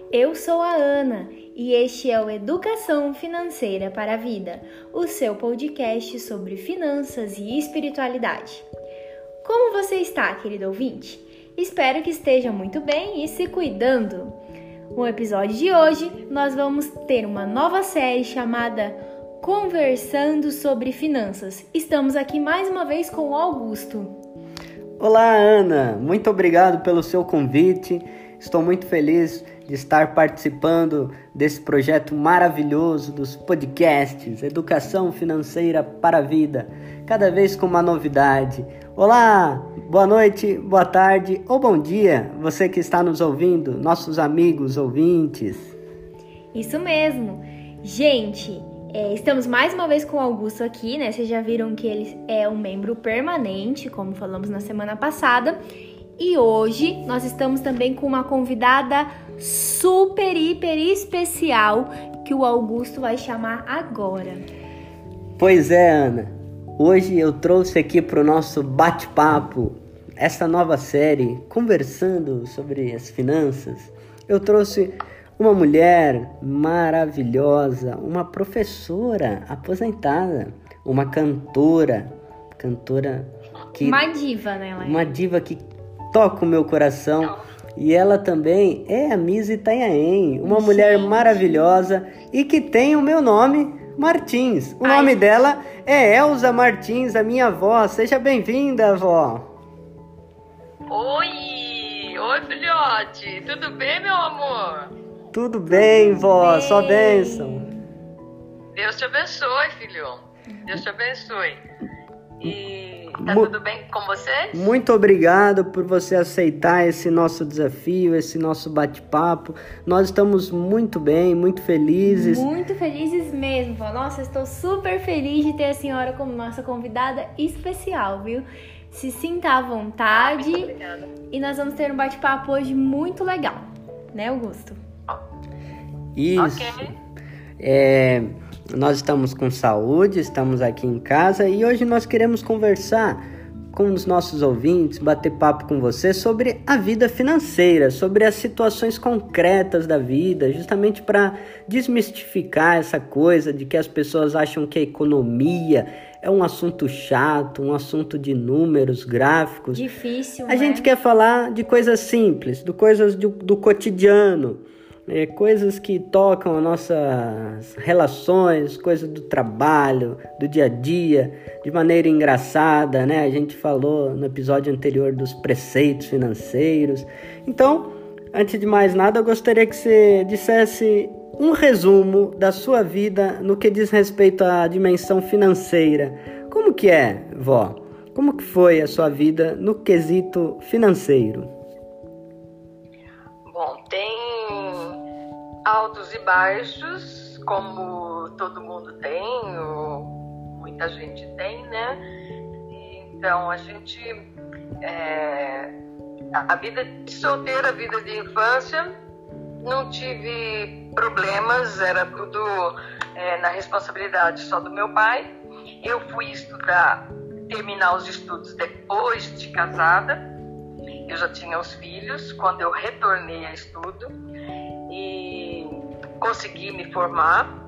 eu sou a Ana e este é o Educação Financeira para a Vida, o seu podcast sobre finanças e espiritualidade. Como você está, querido ouvinte? Espero que esteja muito bem e se cuidando. No episódio de hoje, nós vamos ter uma nova série chamada Conversando sobre Finanças. Estamos aqui mais uma vez com o Augusto. Olá, Ana. Muito obrigado pelo seu convite. Estou muito feliz de estar participando desse projeto maravilhoso dos podcasts Educação Financeira para a Vida, cada vez com uma novidade. Olá, boa noite, boa tarde ou bom dia, você que está nos ouvindo, nossos amigos ouvintes. Isso mesmo. Gente, estamos mais uma vez com o Augusto aqui, né? Vocês já viram que ele é um membro permanente, como falamos na semana passada. E hoje nós estamos também com uma convidada super, hiper especial que o Augusto vai chamar agora. Pois é, Ana. Hoje eu trouxe aqui para o nosso bate-papo, essa nova série, conversando sobre as finanças. Eu trouxe uma mulher maravilhosa, uma professora aposentada, uma cantora que... Uma diva, né, Laila? Uma diva que toca o meu coração. E ela também é a Miss Itanhaém, uma mulher maravilhosa e que tem o meu nome, Martins. O nome dela é Elza Martins, a minha avó. Seja bem-vinda, avó. Oi, filhote. Tudo bem, meu amor? Tudo bem, vó. Só bênção. Deus te abençoe, filho. Deus te abençoe. E tá tudo bem com vocês? Muito obrigado por você aceitar esse nosso desafio, esse nosso bate-papo. Nós estamos muito bem, muito felizes. Muito felizes mesmo, vó. Nossa, estou super feliz de ter a senhora como nossa convidada especial, viu? Se sinta à vontade. Muito obrigada. E nós vamos ter um bate-papo hoje muito legal, né, Augusto? Isso. Ok. Nós estamos com saúde, estamos aqui em casa e hoje nós queremos conversar com os nossos ouvintes, bater papo com você sobre a vida financeira, sobre as situações concretas da vida, justamente para desmistificar essa coisa de que as pessoas acham que a economia é um assunto chato, um assunto de números, gráficos. Difícil, A gente quer falar de coisas simples, de coisas do cotidiano. Coisas que tocam as nossas relações, coisas do trabalho, do dia a dia, de maneira engraçada, né? A gente falou no episódio anterior dos preceitos financeiros. Então, antes de mais nada, eu gostaria que você dissesse um resumo da sua vida no que diz respeito à dimensão financeira. Como que é, vó? Como que foi a sua vida no quesito financeiro? Bom, tem altos e baixos, como todo mundo tem, ou muita gente tem, né? Então, a gente... a vida de solteira, a vida de infância, não tive problemas, era tudo na responsabilidade só do meu pai. Eu fui estudar, terminar os estudos depois de casada. Eu já tinha os filhos quando eu retornei a estudo e consegui me formar.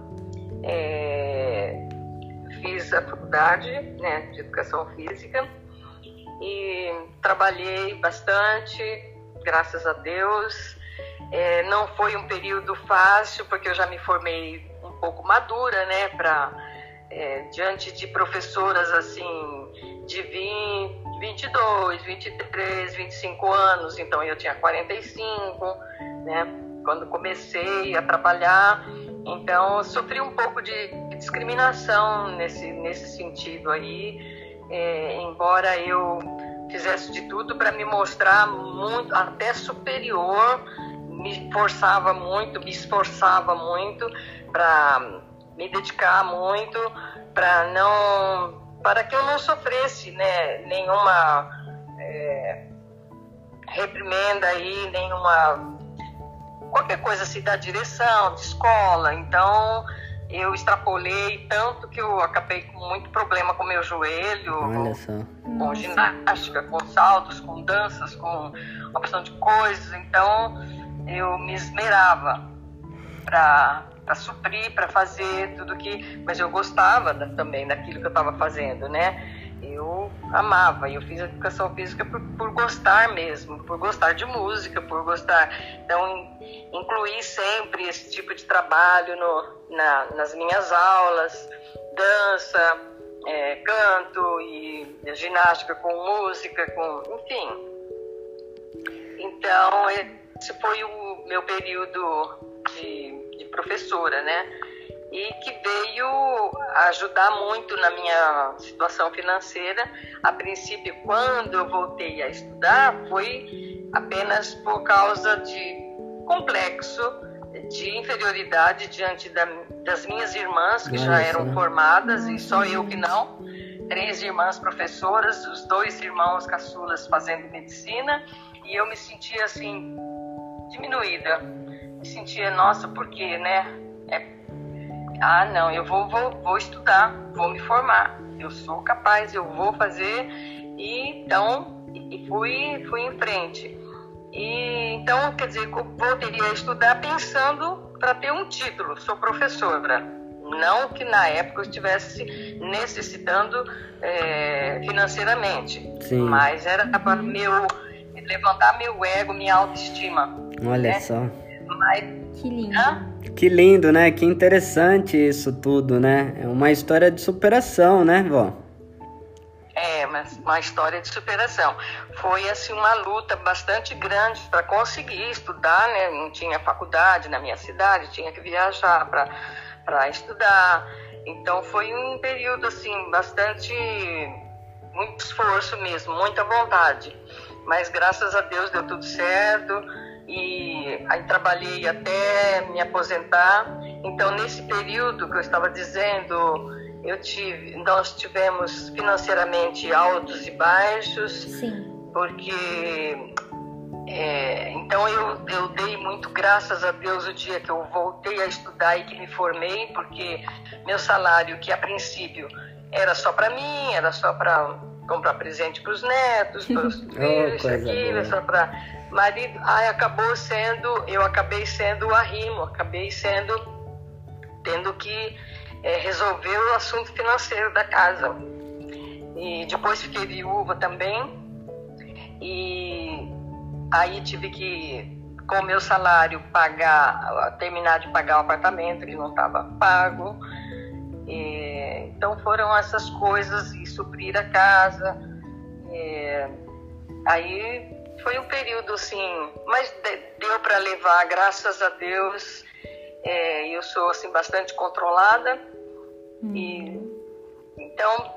Fiz a faculdade, né, de educação física e trabalhei bastante, graças a Deus. Não foi um período fácil, porque eu já me formei um pouco madura, né, diante de professoras assim de 22, 23, 25 anos, então eu tinha 45, né, quando comecei a trabalhar. Então sofri um pouco de discriminação nesse sentido aí, embora eu fizesse de tudo para me mostrar muito, até superior, me esforçava muito para me dedicar muito, para que eu não sofresse, né, nenhuma reprimenda aí, qualquer coisa assim da direção, de escola. Então eu extrapolei tanto que eu acabei com muito problema com meu joelho. Olha só. Com ginástica, com saltos, com danças, com uma opção de coisas. Então eu me esmerava para suprir, para fazer tudo que... Mas eu gostava também daquilo que eu estava fazendo, né? Eu amava, eu fiz educação física por gostar mesmo, por gostar de música, por gostar. Então, incluí sempre esse tipo de trabalho nas minhas aulas, dança, canto e ginástica com música, enfim. Então, esse foi o meu período de professora, né? E que veio ajudar muito na minha situação financeira. A princípio, quando eu voltei a estudar, foi apenas por causa de complexo de inferioridade diante das minhas irmãs, que já eram formadas, e só eu que não. 3 irmãs professoras, os 2 irmãos caçulas fazendo medicina, e eu me sentia assim, diminuída. Me sentia, nossa, por quê, né? Não, eu vou estudar, vou me formar, eu sou capaz, eu vou fazer, e fui em frente. E então, quer dizer, eu voltaria a estudar pensando para ter um título, sou professora. Não que na época eu estivesse necessitando financeiramente, Sim. Mas era para levantar meu ego, minha autoestima. Olha, né? só. Que lindo. Que lindo, né? Que interessante isso tudo, né? É uma história de superação, né, vó? Uma história de superação. Foi assim uma luta bastante grande para conseguir estudar, né? Não tinha faculdade na minha cidade, tinha que viajar para estudar. Então foi um período assim muito esforço mesmo, muita vontade. Mas graças a Deus deu tudo certo. E aí trabalhei até me aposentar. Então, nesse período que eu estava dizendo, nós tivemos financeiramente altos e baixos. Sim. Porque então eu dei muito graças a Deus o dia que eu voltei a estudar e que me formei, porque meu salário, que a princípio era só para mim, era só para comprar presente para os netos, para os filhos, aquilo, só para marido, eu acabei sendo o arrimo, tendo que resolver o assunto financeiro da casa. E depois fiquei viúva também, e aí tive que, com o meu salário, terminar de pagar o apartamento que não estava pago. Então foram essas coisas, e suprir a casa. Aí foi um período assim, mas deu para levar, graças a Deus. Eu sou assim bastante controlada. E então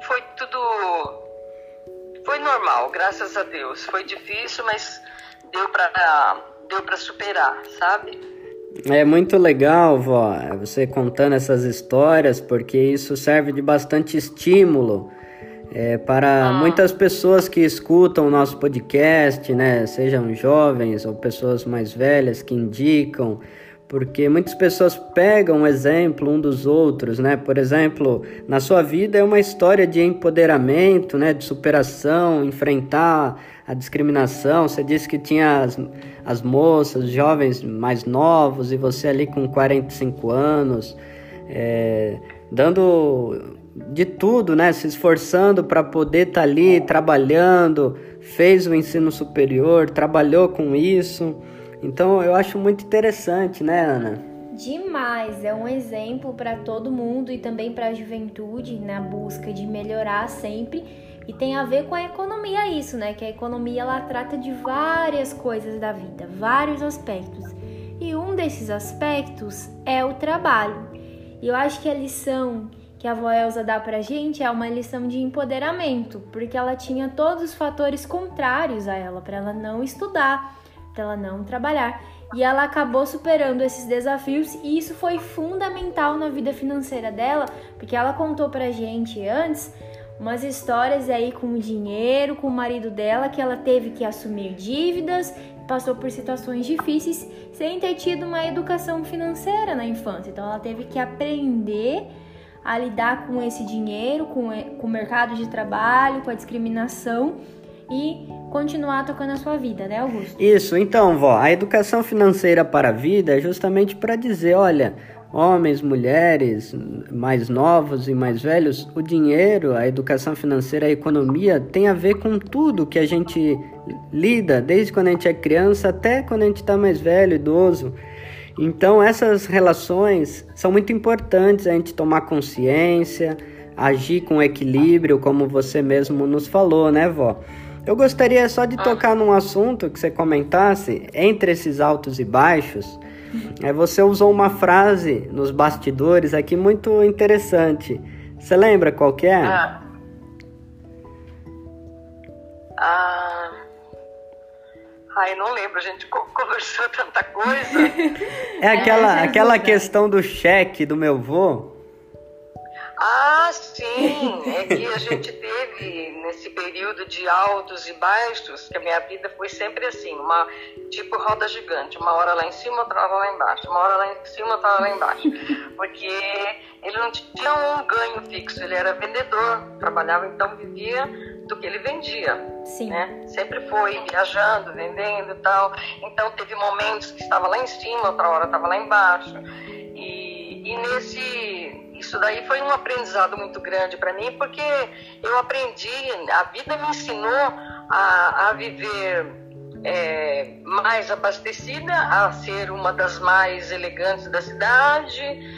foi normal, graças a Deus. Foi difícil, mas deu para superar, sabe? É muito legal, vó, você contando essas histórias, porque isso serve de bastante estímulo para muitas pessoas que escutam o nosso podcast, né? Sejam jovens ou pessoas mais velhas que indicam, porque muitas pessoas pegam um exemplo um dos outros, né? Por exemplo, na sua vida é uma história de empoderamento, né? De superação, enfrentar a discriminação. Você disse que tinha as moças, jovens mais novos, e você ali com 45 anos, dando de tudo, né? Se esforçando para poder estar ali trabalhando, fez o ensino superior, trabalhou com isso. Então eu acho muito interessante, né, Ana? Demais, é um exemplo para todo mundo e também para a juventude na busca de melhorar sempre. E tem a ver com a economia isso, né? Que a economia ela trata de várias coisas da vida, vários aspectos. E um desses aspectos é o trabalho. E eu acho que a lição que a avó Elza dá pra gente é uma lição de empoderamento, porque ela tinha todos os fatores contrários a ela, para ela não estudar, para ela não trabalhar. E ela acabou superando esses desafios e isso foi fundamental na vida financeira dela, porque ela contou pra gente antes umas histórias aí com o dinheiro, com o marido dela, que ela teve que assumir dívidas, passou por situações difíceis sem ter tido uma educação financeira na infância. Então ela teve que aprender a lidar com esse dinheiro, com o mercado de trabalho, com a discriminação. e continuar tocando a sua vida, né, Augusto? Isso, então, vó, a educação financeira para a vida é justamente para dizer, olha, homens, mulheres, mais novos e mais velhos, o dinheiro, a educação financeira, a economia tem a ver com tudo que a gente lida, desde quando a gente é criança até quando a gente está mais velho, idoso. Então, essas relações são muito importantes, a gente tomar consciência, agir com equilíbrio, como você mesmo nos falou, né, vó? Eu gostaria só de tocar num assunto que você comentasse, entre esses altos e baixos. Você usou uma frase nos bastidores aqui muito interessante. Você lembra qual que é? Ai, não lembro, a gente conversou tanta coisa. É aquela questão do cheque do meu vô. Ah, sim, é que a gente teve nesse período de altos e baixos, que a minha vida foi sempre assim, tipo roda gigante, uma hora lá em cima, outra hora lá embaixo, uma hora lá em cima, outra hora lá embaixo, porque ele não tinha um ganho fixo, ele era vendedor, trabalhava, então vivia do que ele vendia, sim, né? Sempre foi viajando, vendendo e tal, então teve momentos que estava lá em cima, outra hora estava lá embaixo, e isso daí foi um aprendizado muito grande para mim, porque eu aprendi, a vida me ensinou a viver mais abastecida, a ser uma das mais elegantes da cidade,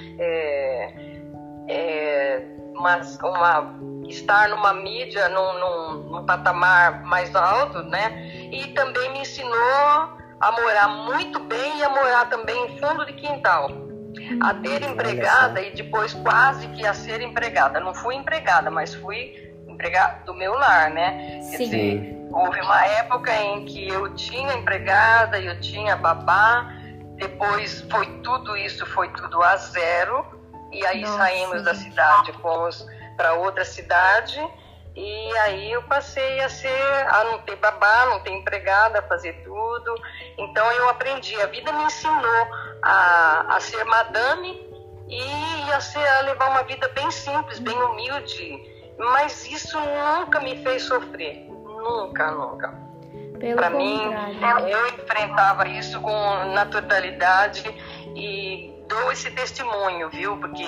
estar numa mídia, num patamar mais alto, né? E também me ensinou a morar muito bem e a morar também em fundo de quintal. A ter empregada e depois quase que a ser empregada. Não fui empregada, mas fui empregada do meu lar, né? Sim. Quer dizer, houve uma época em que eu tinha empregada, eu tinha babá, depois foi tudo a zero, e aí saímos da cidade, fomos para outra cidade, e aí eu passei a não ter babá, não ter empregada, a fazer tudo. Então eu aprendi, a vida me ensinou a ser madame e a levar uma vida bem simples, bem humilde, mas isso nunca me fez sofrer, nunca. Para mim, eu enfrentava isso com naturalidade e dou esse testemunho, viu? Porque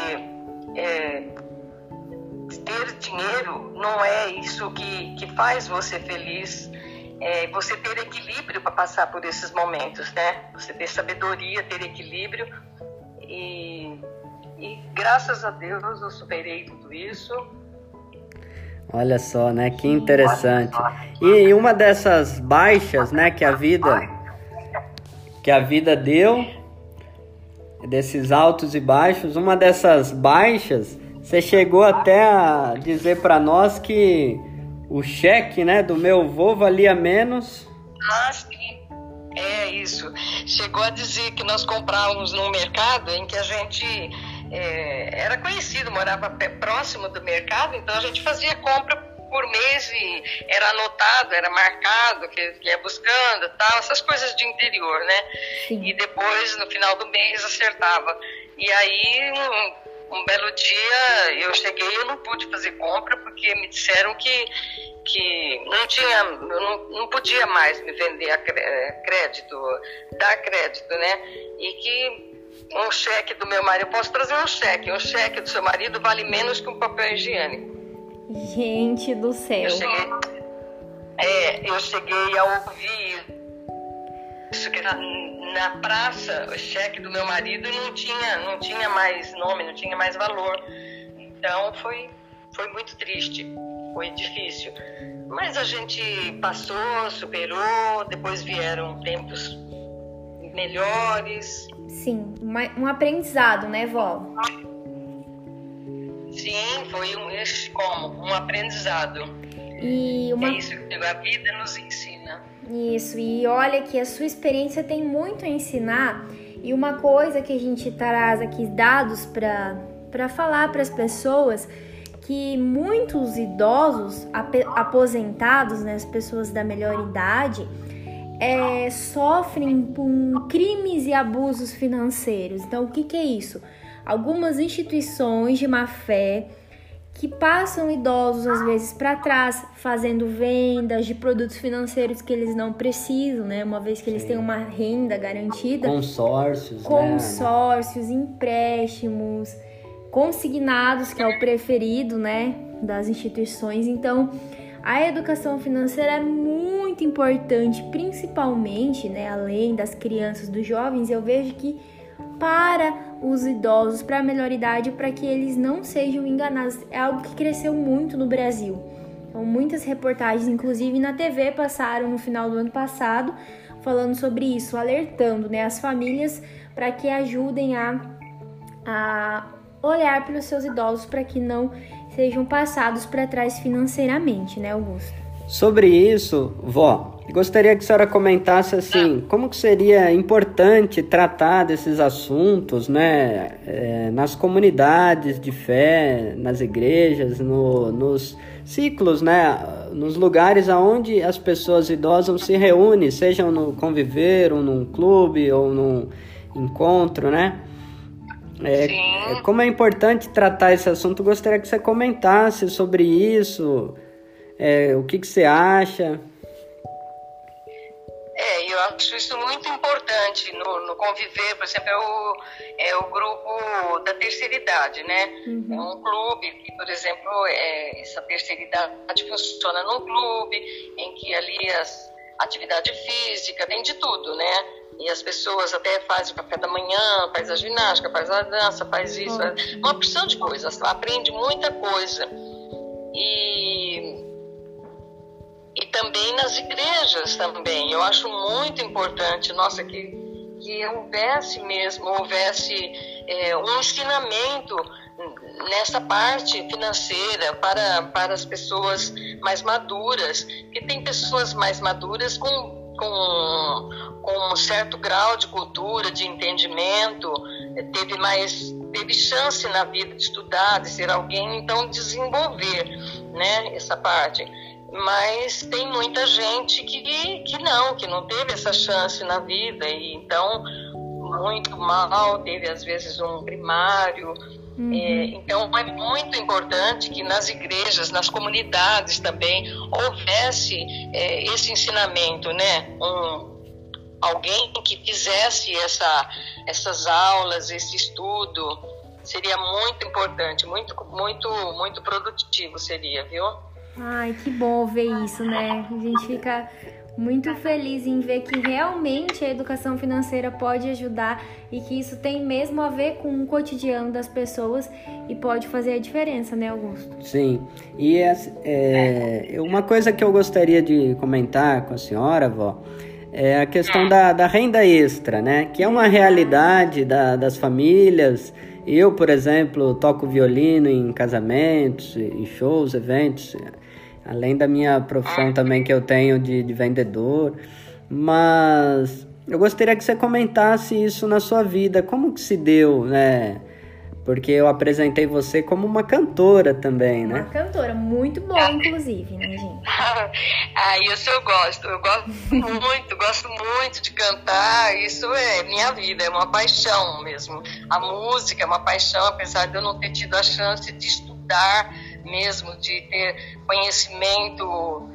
ter dinheiro não é isso que faz você feliz. Você ter equilíbrio para passar por esses momentos, né? Você ter sabedoria, ter equilíbrio e graças a Deus eu superei tudo isso. Olha só, né? Que interessante. E uma dessas baixas, né, que a vida deu, desses altos e baixos, uma dessas baixas, você chegou até a dizer para nós que o cheque, né, do meu avô valia menos. Ah, sim. É isso. Chegou a dizer que nós comprávamos num mercado em que a gente era conhecido, morava próximo do mercado, então a gente fazia compra por mês e era anotado, era marcado, que ia buscando, tal, essas coisas de interior, né? Sim. E depois, no final do mês, acertava. E aí, um belo dia, eu cheguei e eu não pude fazer compra, porque me disseram que não podia mais me vender a crédito, dar crédito, né? E que um cheque do meu marido, eu posso trazer um cheque do seu marido vale menos que um papel higiênico. Gente do céu. Eu cheguei a ouvir isso, que na praça, o cheque do meu marido não tinha mais nome, não tinha mais valor. Então foi muito triste, foi difícil. Mas a gente passou, superou, depois vieram tempos melhores. Sim, um aprendizado, né, vó? Sim, foi um aprendizado. É isso que a vida nos ensina. Isso, e olha que a sua experiência tem muito a ensinar. E uma coisa que a gente traz aqui, dados para falar para as pessoas, que muitos idosos aposentados, né, as pessoas da melhor idade, sofrem com crimes e abusos financeiros. Então, o que é isso? Algumas instituições de má fé que passam idosos às vezes para trás, fazendo vendas de produtos financeiros que eles não precisam, né? Uma vez que eles têm uma renda garantida. Consórcios, empréstimos, consignados, que é o preferido, né, das instituições. Então, a educação financeira é muito importante, principalmente, né, além das crianças, dos jovens. Eu vejo que para os idosos, para a melhor idade, para que eles não sejam enganados. É algo que cresceu muito no Brasil. Então, muitas reportagens, inclusive na TV, passaram no final do ano passado, falando sobre isso, alertando, né, as famílias para que ajudem a olhar para os seus idosos para que não sejam passados para trás financeiramente, né, Augusto? Sobre isso, vó, gostaria que a senhora comentasse assim, como que seria importante tratar desses assuntos, né, nas comunidades de fé, nas igrejas, nos ciclos, né, nos lugares onde as pessoas idosas se reúnem, sejam no conviver, ou num clube, ou num encontro, né? Como é importante tratar esse assunto, gostaria que você comentasse sobre isso, o que você acha? Eu acho isso muito importante no conviver, por exemplo, é o grupo da terceira idade, né? É um clube que, por exemplo, essa terceira idade funciona num clube em que ali atividade física, tem de tudo, né? E as pessoas até fazem o café da manhã, faz a ginástica, faz a dança, faz isso, uma porção de coisas, aprende muita coisa. E também nas igrejas também, eu acho muito importante, nossa, que houvesse um ensinamento nessa parte financeira para as pessoas mais maduras, porque tem pessoas mais maduras com um certo grau de cultura, de entendimento, teve chance na vida de estudar, de ser alguém, então desenvolver, né, essa parte. Mas tem muita gente que não teve essa chance na vida, e então muito mal, teve às vezes um primário. Então é muito importante que nas igrejas, nas comunidades também houvesse esse ensinamento, né? Alguém que fizesse essas aulas, esse estudo, seria muito importante, muito, muito, muito produtivo seria, viu? Ai, que bom ver isso, né? A gente fica muito feliz em ver que realmente a educação financeira pode ajudar e que isso tem mesmo a ver com o cotidiano das pessoas e pode fazer a diferença, né, Augusto? Sim, e uma coisa que eu gostaria de comentar com a senhora, vó, é a questão da renda extra, né? Que é uma realidade das famílias. Eu, por exemplo, toco violino em casamentos, em shows, eventos, além da minha profissão também que eu tenho de vendedor. Mas eu gostaria que você comentasse isso na sua vida. Como que se deu, né? Porque eu apresentei você como uma cantora também, né? Uma cantora, muito boa, inclusive, né, gente? Isso eu gosto gosto muito de cantar. Isso é minha vida, é uma paixão mesmo. A música é uma paixão, apesar de eu não ter tido a chance de estudar mesmo, de ter conhecimento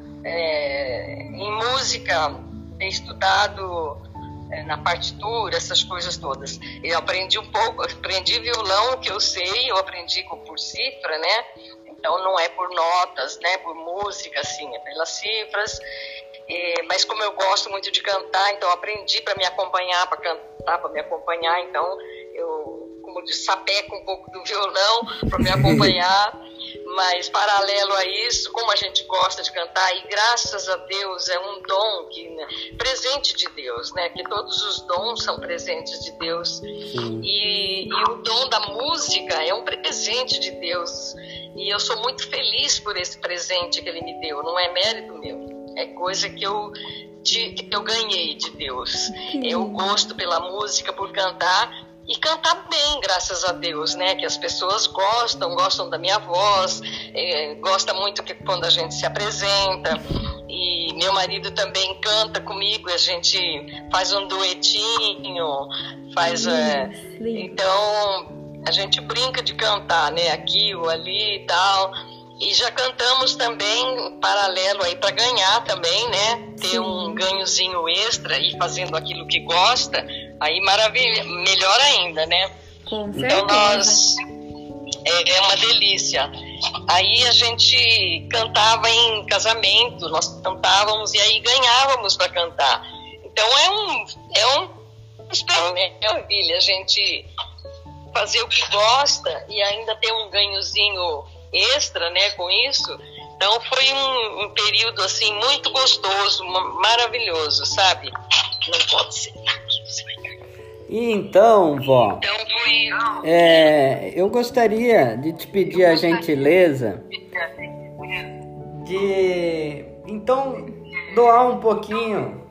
em música, ter estudado na partitura, essas coisas todas. Eu aprendi aprendi violão, que eu sei, eu aprendi por cifra, né? Então não é por notas, né? Por música, assim, é pelas cifras. Mas como eu gosto muito de cantar, então eu aprendi para me acompanhar, para cantar, para me acompanhar. Então eu, como de sapeco um pouco do violão para me acompanhar. Mas paralelo a isso, como a gente gosta de cantar, e graças a Deus é um dom presente de Deus, né? Que todos os dons são presentes de Deus. E o dom da música é um presente de Deus. E eu sou muito feliz por esse presente que Ele me deu. Não é mérito meu, é coisa que eu ganhei de Deus. Eu gosto pela música, por cantar. E cantar bem, graças a Deus, né? Que as pessoas gostam da minha voz, gosta muito quando a gente se apresenta. E meu marido também canta comigo, a gente faz um duetinho, então a gente brinca de cantar, né? Aqui ou ali e tal. E já cantamos também paralelo aí para ganhar também, né? Ter um ganhozinho extra e fazendo aquilo que gosta, aí maravilha, melhor ainda, né? Com certeza. Então nós é uma delícia. Aí a gente cantava em casamento, nós cantávamos e aí ganhávamos para cantar. Então é um maravilha a gente fazer o que gosta e ainda ter um ganhozinho extra, né, com isso. Então foi um período assim muito gostoso, maravilhoso, sabe? Não pode ser. E então, vó, Então foi... eu gostaria de te pedir a gentileza de, então, doar um pouquinho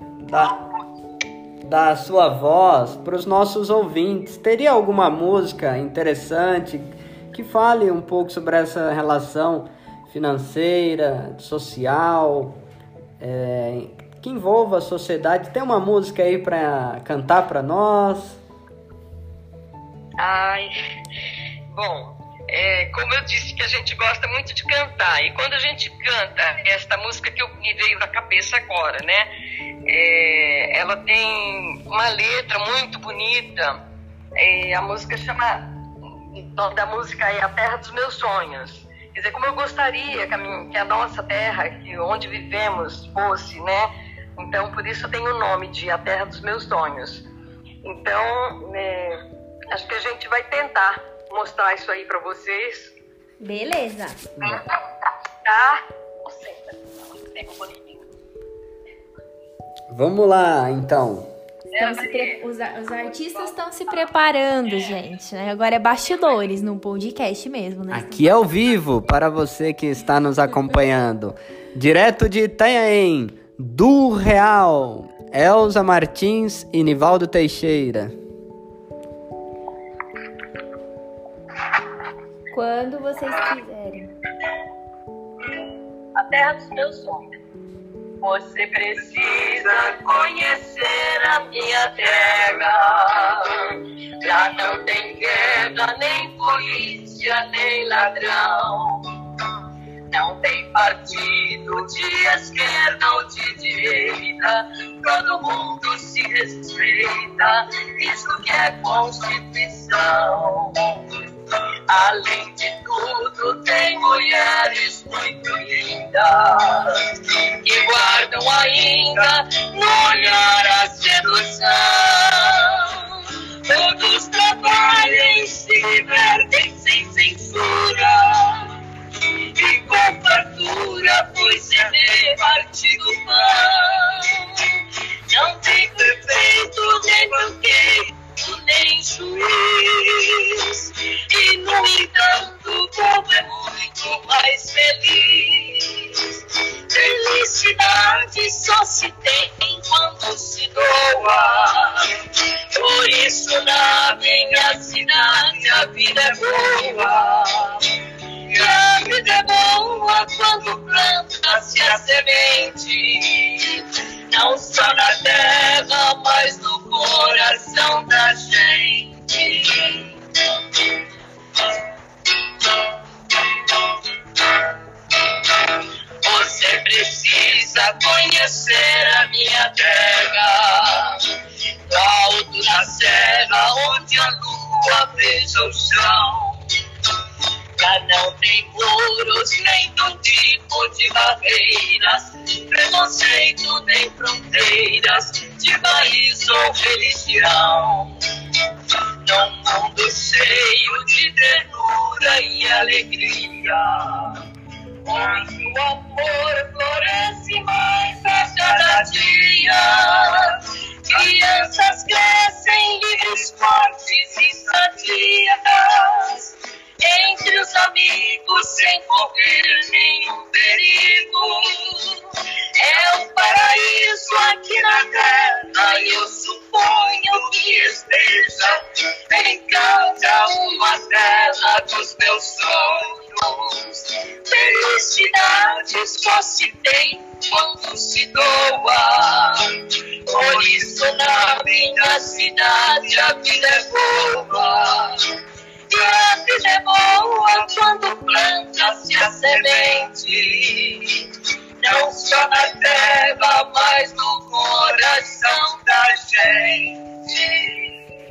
da sua voz para os nossos ouvintes. Teria alguma música interessante que fale um pouco sobre essa relação financeira, social, que envolva a sociedade? Tem uma música aí para cantar para nós? Bom, como eu disse que a gente gosta muito de cantar, e quando a gente canta esta música que me veio na cabeça agora, né, ela tem uma letra muito bonita, a música o nome da música é A Terra dos Meus Sonhos. Quer dizer, como eu gostaria que a nossa terra, onde vivemos, fosse, né? Então, por isso tem o nome de A Terra dos Meus Sonhos. Então, acho que a gente vai tentar mostrar isso aí para vocês. Beleza. Tá? Vamos lá, então. Os artistas estão se preparando, gente, né? Agora é bastidores no podcast mesmo, né? Aqui é ao vivo para você que está nos acompanhando. Direto de Itanhaém, do Real, Elza Martins e Nivaldo Teixeira. Quando vocês quiserem. A Terra dos Meus Sonhos. Você precisa conhecer a minha terra. Lá não tem guerra, nem polícia, nem ladrão. Não tem partido de esquerda ou de direita. Todo mundo se respeita. Isso que é Constituição. Além de tudo, tem mulheres muito lindas que guardam ainda no olhar a sedução. Todos trabalham e se divertem sem censura e com fartura, pois é repartido pão. Não tem prefeito, nem banqueiro, nem juiz. E no entanto o povo é muito mais feliz. Felicidade só se tem quando se doa. Por isso na minha cidade a vida é boa. E a vida é boa quando planta-se a semente, não só na terra, mas no coração da gente. Você precisa conhecer a minha terra, do alto da serra, onde a lua beija o chão. Lá não tem muros, nem todo tipo de barreiras, preconceito, nem fronteiras de país ou religião. Num mundo cheio de ternura e alegria, onde o amor floresce mais a cada dia. Crianças crescem livres, fortes e sadias, entre os amigos sem correr nenhum perigo. É um paraíso aqui na terra e eu suponho que esteja em cada uma terra dos meus sonhos. Felicidade só se tem quando se doa. Por isso na minha cidade a vida é boa. E a vida é boa quando planta-se a semente, não só na terra, mas no coração da gente.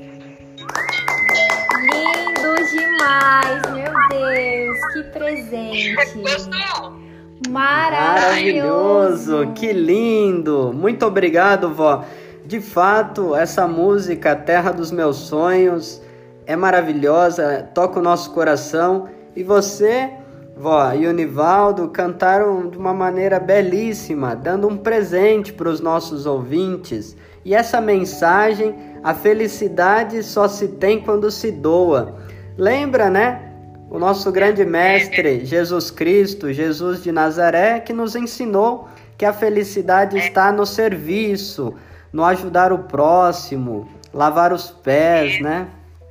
Lindo demais, meu Deus, que presente. Gostou? Maravilhoso. Que lindo. Muito obrigado, vó. De fato, essa música Terra dos Meus Sonhos é maravilhosa, toca o nosso coração. E você, vó, e o Nivaldo cantaram de uma maneira belíssima, dando um presente para os nossos ouvintes. E essa mensagem, a felicidade só se tem quando se doa. Lembra, né? O nosso grande mestre, Jesus Cristo, Jesus de Nazaré, que nos ensinou que a felicidade está no serviço, no ajudar o próximo, lavar os pés, né?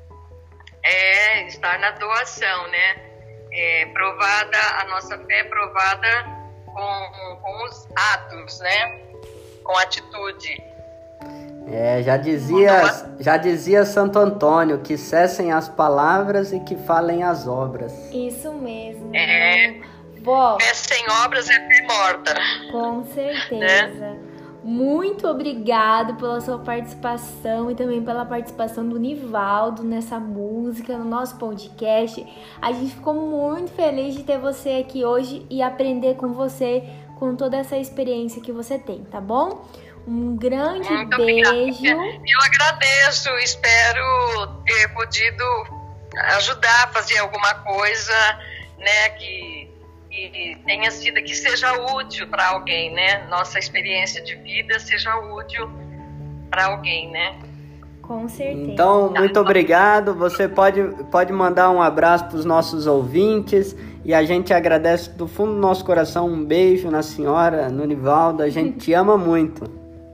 Estar na doação, né? A nossa fé é provada com os atos, né? Com atitude. Já dizia Santo Antônio, que cessem as palavras e que falem as obras. Isso mesmo. Vó, fé sem obras é fé morta. Com certeza. Né? Muito obrigado pela sua participação e também pela participação do Nivaldo nessa música, no nosso podcast. A gente ficou muito feliz de ter você aqui hoje e aprender com você, com toda essa experiência que você tem, tá bom? Um grande beijo. Eu agradeço, espero ter podido ajudar a fazer alguma coisa, né, que tenha sido, que seja útil para alguém, né? Nossa experiência de vida seja útil para alguém, né? Com certeza. Então, muito obrigado. Você pode mandar um abraço para os nossos ouvintes e a gente agradece do fundo do nosso coração. Um beijo na senhora, no Nivaldo. A gente te ama muito.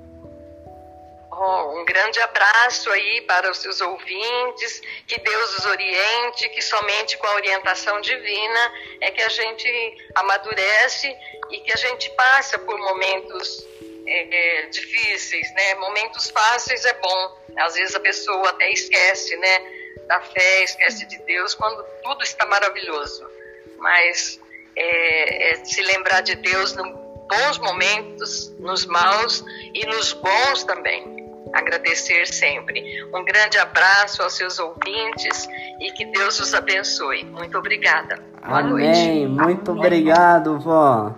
Um grande abraço aí para os seus ouvintes, que Deus os oriente, que somente com a orientação divina é que a gente amadurece e que a gente passa por momentos difíceis, né? Momentos fáceis é bom, às vezes a pessoa até esquece, né, da fé, esquece de Deus quando tudo está maravilhoso, mas se lembrar de Deus nos bons momentos, nos maus e nos bons também. Agradecer sempre. Um grande abraço aos seus ouvintes e que Deus os abençoe. Muito obrigada. Boa Amém. Noite. Muito obrigado, vó.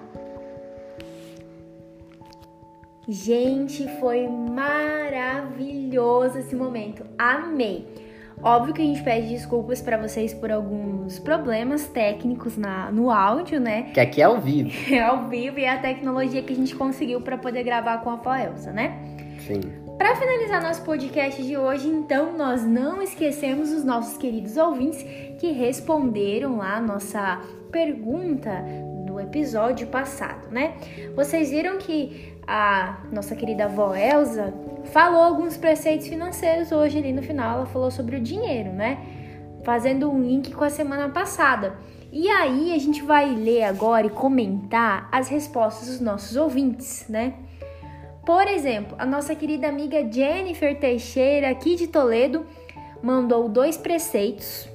Gente, foi maravilhoso esse momento. Amei. Óbvio que a gente pede desculpas para vocês por alguns problemas técnicos no áudio, né? Que aqui é ao vivo. É ao vivo e é a tecnologia que a gente conseguiu para poder gravar com a avó Elza, né? Sim. Para finalizar nosso podcast de hoje, então, nós não esquecemos os nossos queridos ouvintes que responderam lá a nossa pergunta do episódio passado, né? Vocês viram que a nossa querida avó Elza falou alguns preceitos financeiros hoje ali no final, ela falou sobre o dinheiro, né? Fazendo um link com a semana passada. E aí a gente vai ler agora e comentar as respostas dos nossos ouvintes, né? Por exemplo, a nossa querida amiga Jennifer Teixeira, aqui de Toledo, mandou 2 preceitos.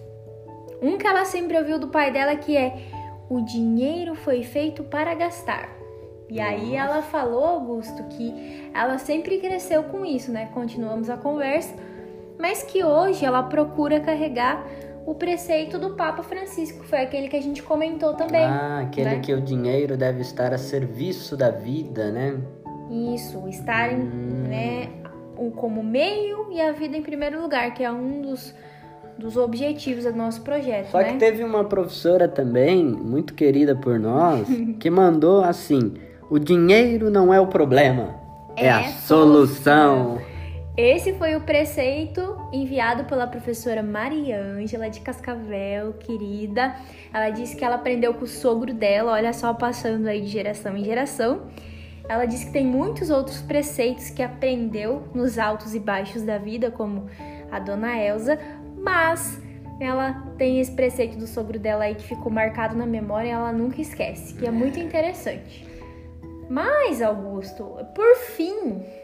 Um que ela sempre ouviu do pai dela, que é: o dinheiro foi feito para gastar. E aí ela falou, Augusto, que ela sempre cresceu com isso, né? Continuamos a conversa, mas que hoje ela procura carregar o preceito do Papa Francisco, foi aquele que a gente comentou também. Aquele, né? Que o dinheiro deve estar a serviço da vida, né? Isso, estar né, como meio e a vida em primeiro lugar, que é um dos objetivos do nosso projeto. Só que teve uma professora também, muito querida por nós, que mandou assim: o dinheiro não é o problema, é a solução. Esse foi o preceito enviado pela professora Mariângela de Cascavel, querida. Ela disse que ela aprendeu com o sogro dela, olha só, passando aí de geração em geração. Ela disse que tem muitos outros preceitos que aprendeu nos altos e baixos da vida, como a dona Elza, mas ela tem esse preceito do sogro dela aí que ficou marcado na memória e ela nunca esquece, que é muito interessante. Mas, Augusto, por fim,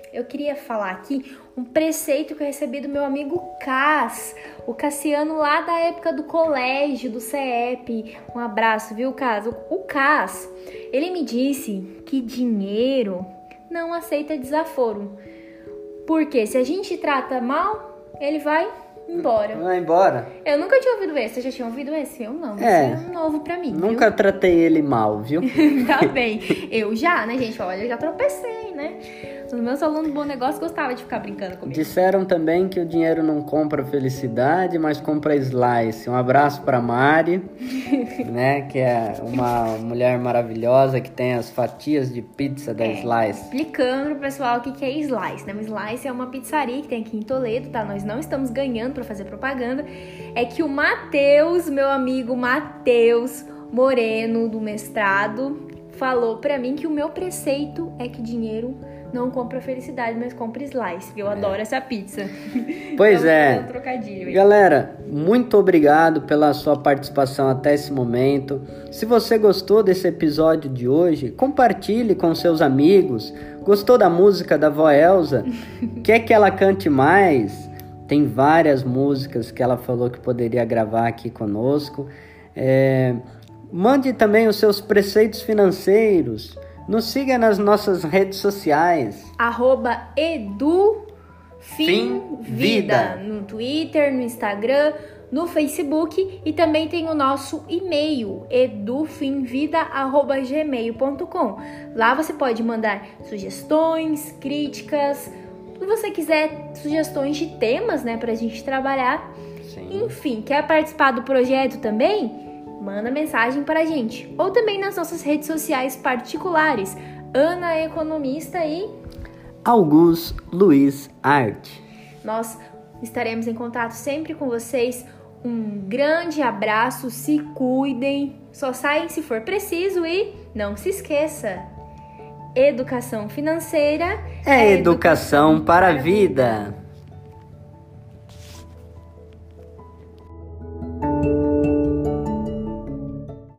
eu queria falar aqui um preceito que eu recebi do meu amigo Cas, o Cassiano lá da época do colégio, do CEP. Um abraço, viu, Cas? O Cas, ele me disse que dinheiro não aceita desaforo. Porque se a gente trata mal, ele vai embora. Vai embora? Eu nunca tinha ouvido esse. Você já tinha ouvido esse? Eu não. É. Esse é novo pra mim, Nunca tratei ele mal, viu? Tá bem. Eu já, né, gente? Olha, eu já tropecei, né? Os meus alunos do Bom Negócio gostavam de ficar brincando comigo. Disseram também que o dinheiro não compra felicidade, mas compra slice. Um abraço pra Mari, né? Que é uma mulher maravilhosa que tem as fatias de pizza da Slice. Explicando pro pessoal o que é Slice, né? O Slice é uma pizzaria que tem aqui em Toledo, tá? Nós não estamos ganhando pra fazer propaganda. É que o Matheus, meu amigo Matheus Moreno, do mestrado, falou pra mim que o meu preceito é que dinheiro não compra felicidade, mas compra slice. Eu adoro essa pizza. Pois então, é. Um trocadilho aí. Galera, muito obrigado pela sua participação até esse momento. Se você gostou desse episódio de hoje, compartilhe com seus amigos. Gostou da música da vó Elza? Quer que ela cante mais? Tem várias músicas que ela falou que poderia gravar aqui conosco. Mande também os seus preceitos financeiros. Nos siga nas nossas redes sociais. @edufinvida no Twitter, no Instagram, no Facebook e também tem o nosso e-mail edufinvida@gmail.com. Lá você pode mandar sugestões, críticas, se você quiser sugestões de temas, né, pra gente trabalhar. Sim. Enfim, quer participar do projeto também? Manda mensagem para a gente. Ou também nas nossas redes sociais particulares. Ana Economista e Augusto Luiz Arte. Nós estaremos em contato sempre com vocês. Um grande abraço, se cuidem, só saem se for preciso e não se esqueça, educação financeira é educação para a vida.